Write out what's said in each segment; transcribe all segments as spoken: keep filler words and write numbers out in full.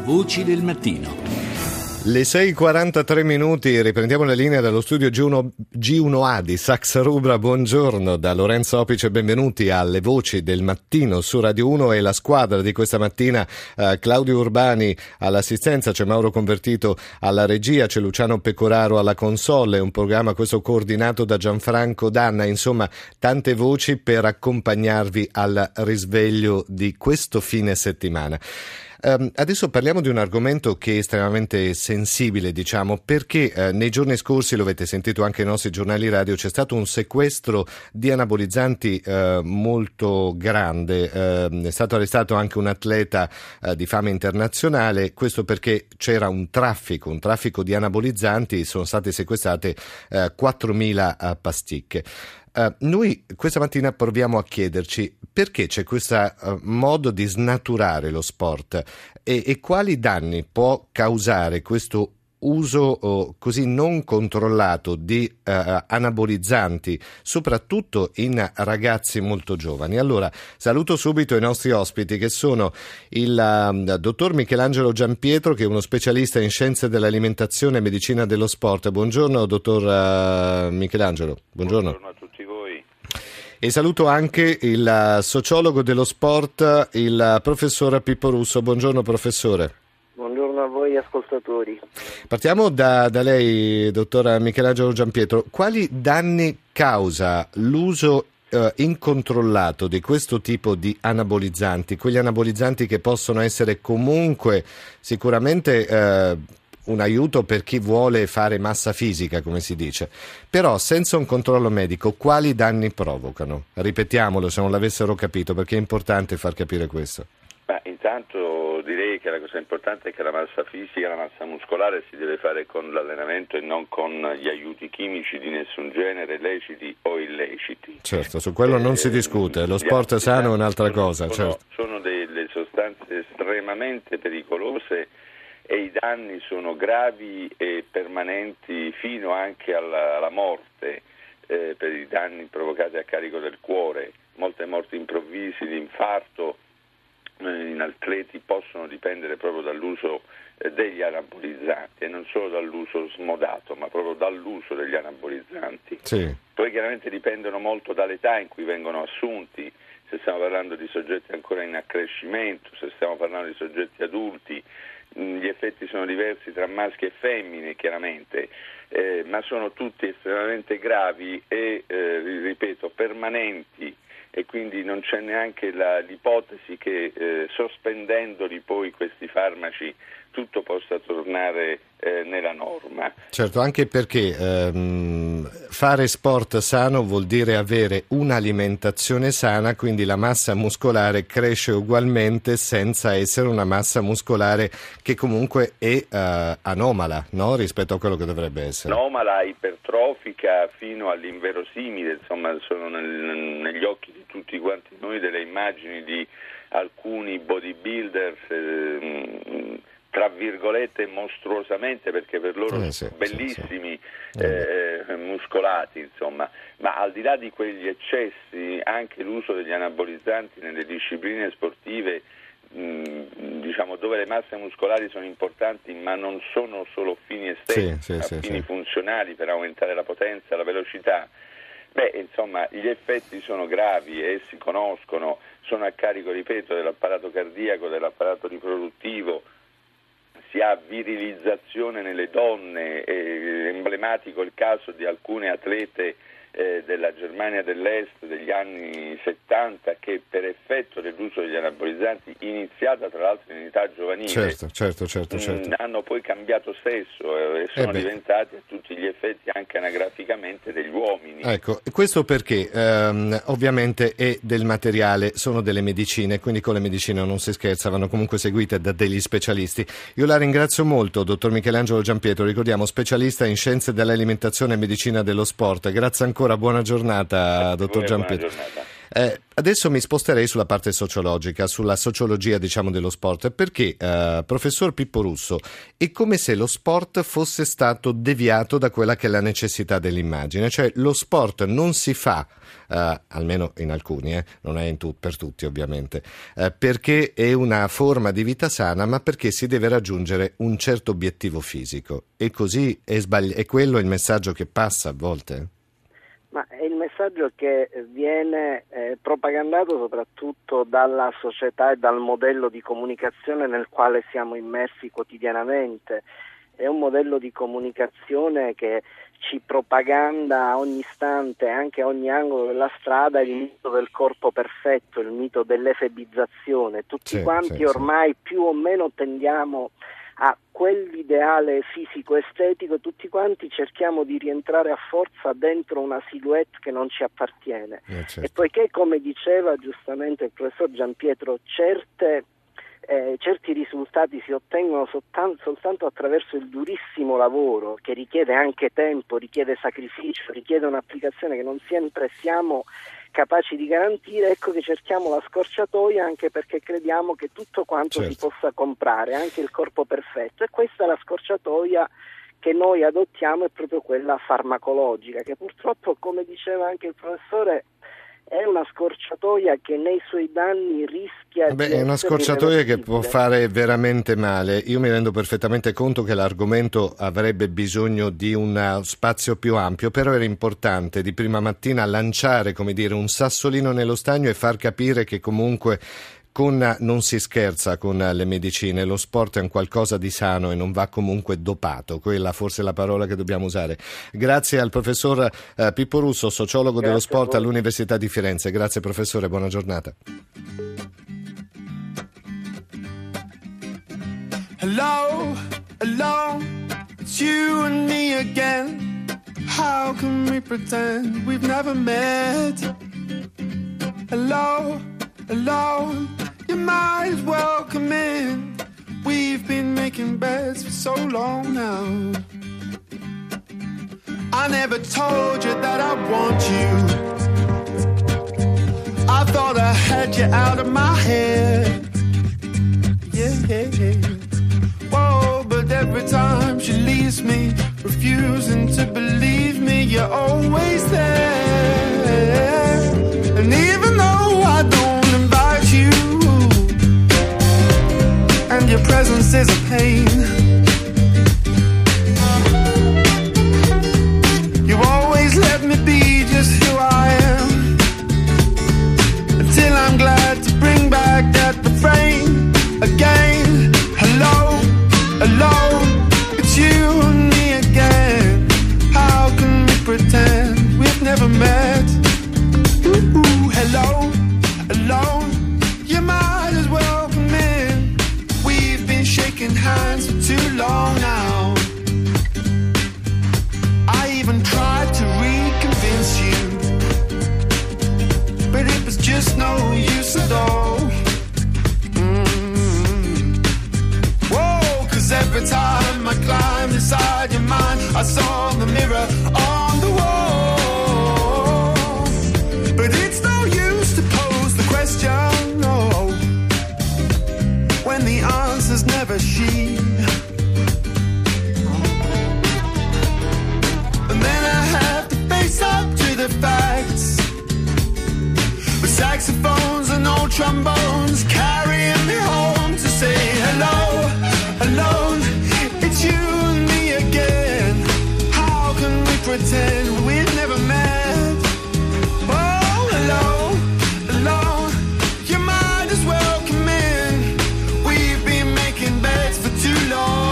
Voci del mattino. Le sei e quarantatré minuti, riprendiamo la linea dallo studio G uno, G uno A di Saxa Rubra. Buongiorno da Lorenzo Opice, benvenuti alle Voci del Mattino su Radio uno e la squadra di questa mattina, eh, Claudio Urbani all'assistenza, c'è Mauro Convertito alla regia, c'è Luciano Pecoraro alla console, è un programma questo coordinato da Gianfranco Danna, insomma tante voci per accompagnarvi al risveglio di questo fine settimana. Um, adesso parliamo di un argomento che è estremamente sensibile, diciamo, perché eh, nei giorni scorsi, lo avete sentito anche nei nostri giornali radio, c'è stato un sequestro di anabolizzanti eh, molto grande, eh, è stato arrestato anche un atleta eh, di fama internazionale, questo perché c'era un traffico, un traffico di anabolizzanti, sono state sequestrate eh, quattromila eh, pasticche. Uh, noi questa mattina proviamo a chiederci perché c'è questo uh, modo di snaturare lo sport e, e quali danni può causare questo uso uh, così non controllato di uh, anabolizzanti, soprattutto in ragazzi molto giovani. Allora, saluto subito i nostri ospiti che sono il uh, dottor Michelangelo Giampietro, che è uno specialista in scienze dell'alimentazione e medicina dello sport. Buongiorno dottor uh, Michelangelo. Buongiorno. Buongiorno a tutti voi. E saluto anche il uh, sociologo dello sport, il uh, professor Pippo Russo. Buongiorno professore. Buongiorno a voi ascoltatori. Partiamo da, da lei, dottor Michelangelo Giampietro. Quali danni causa l'uso eh, incontrollato di questo tipo di anabolizzanti, quegli anabolizzanti che possono essere comunque sicuramente eh, un aiuto per chi vuole fare massa fisica, come si dice, però senza un controllo medico quali danni provocano? Ripetiamolo se non l'avessero capito, perché è importante far capire questo. Ma intanto direi che la cosa importante è che la massa fisica, la massa muscolare si deve fare con l'allenamento e non con gli aiuti chimici di nessun genere, leciti o illeciti. Certo, su quello eh, non si discute, lo sport sano è un'altra cosa. Sono, certo. sono delle sostanze estremamente pericolose e i danni sono gravi e permanenti fino anche alla, alla morte eh, per i danni provocati a carico del cuore. Molte morti improvvisi di infarto in atleti possono dipendere proprio dall'uso degli anabolizzanti e non solo dall'uso smodato, ma proprio dall'uso degli anabolizzanti. Sì. Poi chiaramente dipendono molto dall'età in cui vengono assunti, se stiamo parlando di soggetti ancora in accrescimento, se stiamo parlando di soggetti adulti, gli effetti sono diversi tra maschi e femmine chiaramente, eh, ma sono tutti estremamente gravi e, eh, ripeto, permanenti. E quindi non c'è neanche la, l'ipotesi che eh, sospendendoli poi questi farmaci tutto possa tornare eh, nella norma. Certo, anche perché ehm, fare sport sano vuol dire avere un'alimentazione sana, quindi la massa muscolare cresce ugualmente senza essere una massa muscolare che comunque è eh, anomala, no? Rispetto a quello che dovrebbe essere. Anomala, ipertrofica fino all'inverosimile, insomma sono nel, negli occhi di tutti quanti noi delle immagini di alcuni bodybuilders eh, tra virgolette mostruosamente, perché per loro eh, sì, sono bellissimi, sì, sì. Eh, muscolati, insomma, ma al di là di quegli eccessi anche l'uso degli anabolizzanti nelle discipline sportive, mh, diciamo dove le masse muscolari sono importanti ma non sono solo fini esterni, sì, ma sì, fini sì. funzionali per aumentare la potenza, la velocità. Beh, insomma, gli effetti sono gravi e si conoscono, sono a carico, ripeto, dell'apparato cardiaco, dell'apparato riproduttivo, si ha virilizzazione nelle donne, è emblematico il caso di alcune atlete eh, della Germania dell'Est degli anni settanta che per effetto dell'uso degli anabolizzanti, iniziata tra l'altro in età giovanile, certo, certo, certo, certo. mh, hanno poi cambiato sesso eh, e sono eh diventati a tutti gli effetti anche anagraficamente degli uomini. Ecco, questo perché ehm, ovviamente è del materiale, sono delle medicine, quindi con le medicine non si scherza, vanno comunque seguite da degli specialisti. Io la ringrazio molto, dottor Michelangelo Giampietro, ricordiamo specialista in scienze dell'alimentazione e medicina dello sport. Grazie ancora, buona giornata, dottor Giampietro. Eh, adesso mi sposterei sulla parte sociologica, sulla sociologia, diciamo, dello sport, perché, eh, professor Pippo Russo, è come se lo sport fosse stato deviato da quella che è la necessità dell'immagine, cioè lo sport non si fa, eh, almeno in alcuni, eh, non è in tu- per tutti ovviamente, eh, perché è una forma di vita sana, ma perché si deve raggiungere un certo obiettivo fisico. E così è, sbagli- è quello il messaggio che passa a volte? Ma è il messaggio che viene eh, propagandato soprattutto dalla società e dal modello di comunicazione nel quale siamo immersi quotidianamente. È un modello di comunicazione che ci propaganda a ogni istante, anche a ogni angolo della strada, il mito del corpo perfetto, il mito dell'efebizzazione. Tutti sì, quanti sì, ormai sì. più o meno tendiamo a quell'ideale fisico-estetico, tutti quanti cerchiamo di rientrare a forza dentro una silhouette che non ci appartiene. Eh, certo. E poiché, come diceva giustamente il professor Giampietro, certe, eh, certi risultati si ottengono soltanto, soltanto attraverso il durissimo lavoro, che richiede anche tempo, richiede sacrificio, richiede un'applicazione che non sempre siamo capaci di garantire, ecco che cerchiamo la scorciatoia, anche perché crediamo che tutto quanto certo. si possa comprare, anche il corpo perfetto, e questa è la scorciatoia che noi adottiamo, è proprio quella farmacologica, che purtroppo, come diceva anche il professore, è una scorciatoia che nei suoi danni rischia Beh, di è una scorciatoia che può fare veramente male. Io mi rendo perfettamente conto che l'argomento avrebbe bisogno di uno spazio più ampio, però era importante di prima mattina lanciare, come dire, un sassolino nello stagno e far capire che comunque con, non si scherza con le medicine, lo sport è un qualcosa di sano e non va comunque dopato, quella forse è la parola che dobbiamo usare. Grazie al professor eh, Pippo Russo, sociologo Grazie dello sport all'Università di Firenze. Grazie professore, buona giornata. Hello, hello, it's you and me again. How can we pretend we've never met? Hello, hello, you might as well come in. We've been making bets for so long now. I never told you that I want you. I thought I had you out of my head. Yeah, yeah, yeah. Whoa, but every time she leaves me, refusing to believe me, you're always there. And even though I don't invite you, and your presence is a pain, you always let me be just who I am, until I'm glad to bring back that refrain again. Hello, hello, it's you and me again. How can we pretend we've never met? Ooh, hello, hello, you might as well come in. We've been shaking hands for too long now. I even tried to reconvince you, but it was just no use at all. Every time I climbed inside your mind, I saw the mirror on the wall. But it's no use to pose the question, no, when the answer's never she. And then I have to face up to the facts, with saxophones and old trombones carrying me home to say hello. Alone, it's you and me again. How can we pretend we've never met? Oh, alone, alone, you might as well come in. We've been making bets for too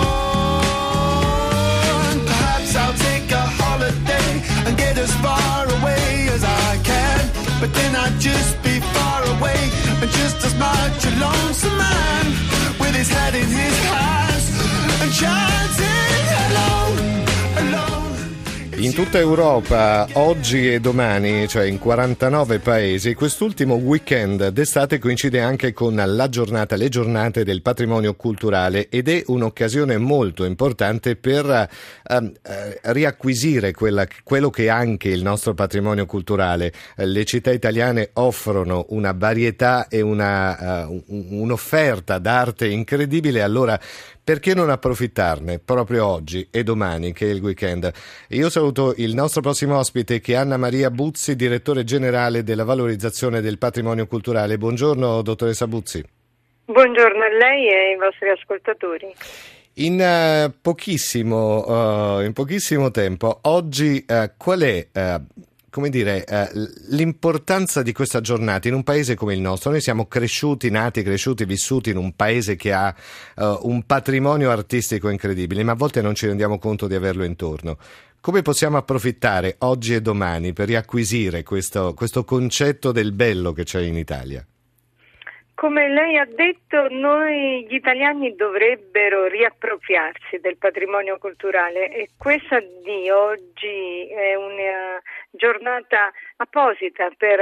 long. Perhaps I'll take a holiday and get as far away as I can, but then I'd just be far away and just as much a lonesome man with his head in his hands and chanting alone, alone. In tutta Europa, oggi e domani, cioè in quarantanove paesi, quest'ultimo weekend d'estate coincide anche con la giornata, le giornate del patrimonio culturale, ed è un'occasione molto importante per eh, eh, riacquisire quella, quello che è anche il nostro patrimonio culturale. Le città italiane offrono una varietà e una, uh, un'offerta d'arte incredibile, allora perché non approfittarne proprio oggi e domani, che è il weekend? Io saluto il nostro prossimo ospite, che è Anna Maria Buzzi, direttore generale della valorizzazione del patrimonio culturale. Buongiorno, dottoressa Buzzi. Buongiorno a lei e ai vostri ascoltatori. In uh, pochissimo, uh, in pochissimo tempo, oggi uh, qual è... Uh, come dire, eh, l'importanza di questa giornata in un paese come il nostro? Noi siamo cresciuti, nati, cresciuti, vissuti in un paese che ha eh, un patrimonio artistico incredibile, ma a volte non ci rendiamo conto di averlo intorno. Come possiamo approfittare oggi e domani per riacquisire questo, questo concetto del bello che c'è in Italia? Come lei ha detto, noi gli italiani dovrebbero riappropriarsi del patrimonio culturale, e questa di oggi è una giornata apposita per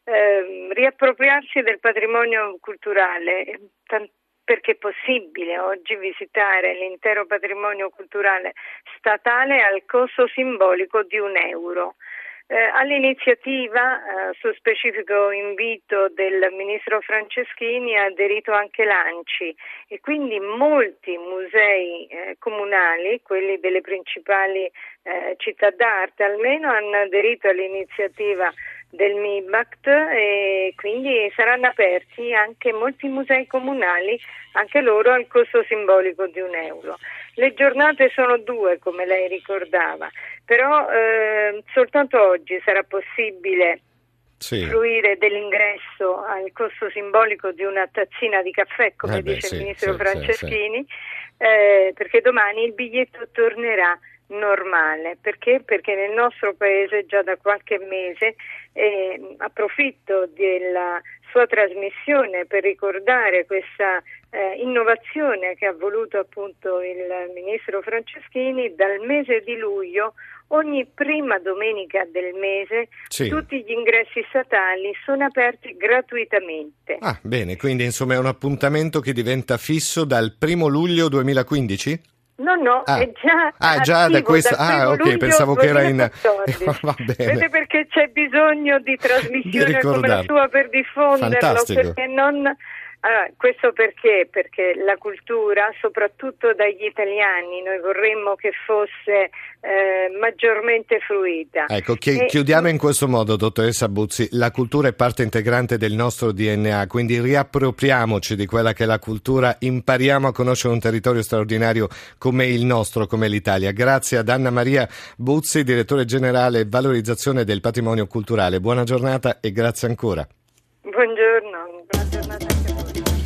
eh, riappropriarsi del patrimonio culturale, perché è possibile oggi visitare l'intero patrimonio culturale statale al costo simbolico di un euro. Eh, all'iniziativa, eh, su specifico invito del ministro Franceschini, ha aderito anche l'ANCI, e quindi molti musei eh, comunali, quelli delle principali eh, città d'arte almeno, hanno aderito all'iniziativa del MIBACT, e quindi saranno aperti anche molti musei comunali, anche loro al costo simbolico di un euro. Le giornate sono due, come lei ricordava, però eh, soltanto oggi sarà possibile sì. fruire dell'ingresso al costo simbolico di una tazzina di caffè, come eh beh, dice sì, il ministro sì, Franceschini, sì, sì. Eh, perché domani il biglietto tornerà normale. Perché? Perché nel nostro paese già da qualche mese, eh, approfitto della sua trasmissione per ricordare questa eh, innovazione che ha voluto appunto il ministro Franceschini, dal mese di luglio ogni prima domenica del mese sì. tutti gli ingressi statali sono aperti gratuitamente. Ah, bene, quindi insomma è un appuntamento che diventa fisso dal primo luglio duemilaquindici? No, no, ah. è già ah, già da questa ah, ok, pensavo che era in Va bene. Vede, perché c'è bisogno di trasmissione di come la sua per diffonderlo. Fantastico. Perché non allora, questo perché? Perché la cultura, soprattutto dagli italiani, noi vorremmo che fosse eh, maggiormente fruita. Ecco, chi- e... chiudiamo in questo modo, dottoressa Buzzi. La cultura è parte integrante del nostro D N A, quindi riappropriamoci di quella che è la cultura, impariamo a conoscere un territorio straordinario come il nostro, come l'Italia. Grazie ad Anna Maria Buzzi, direttore generale valorizzazione del patrimonio culturale. Buona giornata e grazie ancora. Buongiorno, buona giornata anche a voi.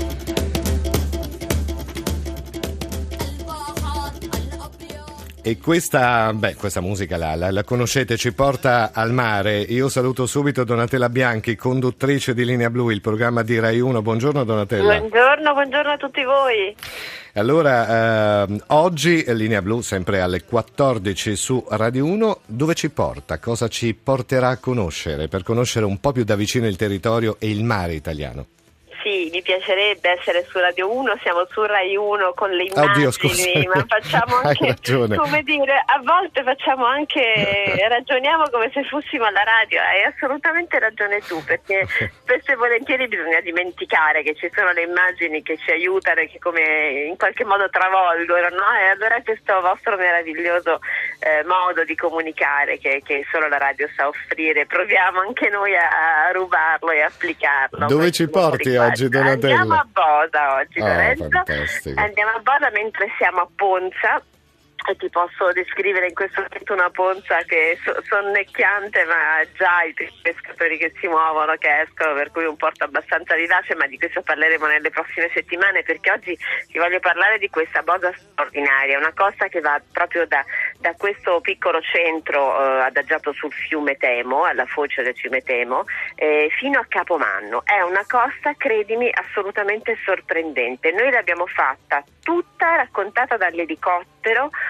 E questa, beh, questa musica la, la, la conoscete, ci porta al mare. Io saluto subito Donatella Bianchi, conduttrice di Linea Blu, il programma di Rai uno. Buongiorno Donatella. Buongiorno, buongiorno a tutti voi. Allora, eh, oggi Linea Blu, sempre alle quattordici su Radio uno, dove ci porta? Cosa ci porterà a conoscere, per conoscere un po' più da vicino il territorio e il mare italiano? Sì, mi piacerebbe essere su Radio uno, siamo su Rai uno con le immagini, Oddio, scusa. ma facciamo anche, come dire, a volte facciamo anche, ragioniamo come se fossimo alla radio. Hai assolutamente ragione tu, perché spesso e volentieri bisogna dimenticare che ci sono le immagini che ci aiutano e che come in qualche modo travolgono, no? E allora questo vostro meraviglioso eh, modo di comunicare che, che solo la radio sa offrire, proviamo anche noi a, a rubarlo e applicarlo. Dove ci porti oggi? Donatella. Andiamo a Bosa oggi, oh, Lorenzo. Andiamo a Bosa mentre siamo a Ponza, e ti posso descrivere in questo momento una Ponza che è so- sonnecchiante, ma già i pescatori che si muovono, che escono, per cui un porto abbastanza vivace, ma di questo parleremo nelle prossime settimane, perché oggi ti voglio parlare di questa Bosa straordinaria, una costa che va proprio da, da questo piccolo centro eh, adagiato sul fiume Temo, alla foce del fiume Temo, eh, fino a Capomanno. È una costa, credimi, assolutamente sorprendente. Noi l'abbiamo fatta tutta raccontata dall'elicottero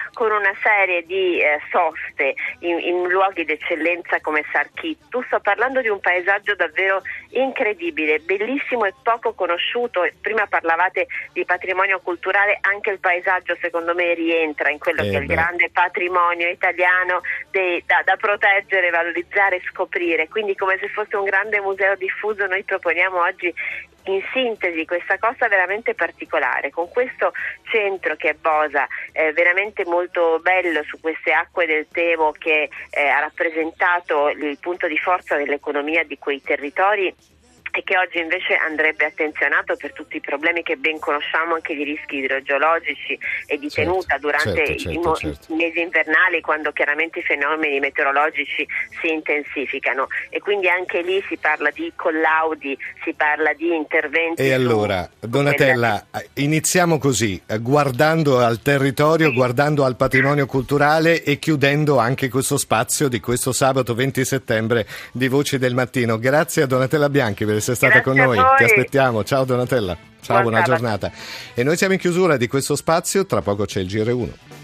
con una serie di eh, soste in, in luoghi d'eccellenza come Sarchittu. Sto parlando di un paesaggio davvero incredibile, bellissimo e poco conosciuto. Prima parlavate di patrimonio culturale, anche il paesaggio secondo me rientra in quello eh che è il beh. grande patrimonio italiano de, da, da proteggere, valorizzare e scoprire. Quindi, come se fosse un grande museo diffuso, noi proponiamo oggi in sintesi questa cosa veramente particolare, con questo centro che è Bosa, eh, veramente molto bello su queste acque del Tevere, che eh, ha rappresentato il punto di forza dell'economia di quei territori e che oggi invece andrebbe attenzionato per tutti i problemi che ben conosciamo, anche di rischi idrogeologici e di certo, tenuta durante certo, certo, i, mo- certo. i mesi invernali, quando chiaramente i fenomeni meteorologici si intensificano, e quindi anche lì si parla di collaudi, si parla di interventi. E su, allora, su Donatella, quella... iniziamo così, guardando al territorio, sì. guardando al patrimonio culturale e chiudendo anche questo spazio di questo sabato venti settembre di Voci del Mattino. Grazie a Donatella Bianchi per essere stata Grazie con noi, a ti voi. aspettiamo. Ciao Donatella, ciao, Buon buona sabato. giornata. E noi siamo in chiusura di questo spazio, tra poco c'è il G R uno.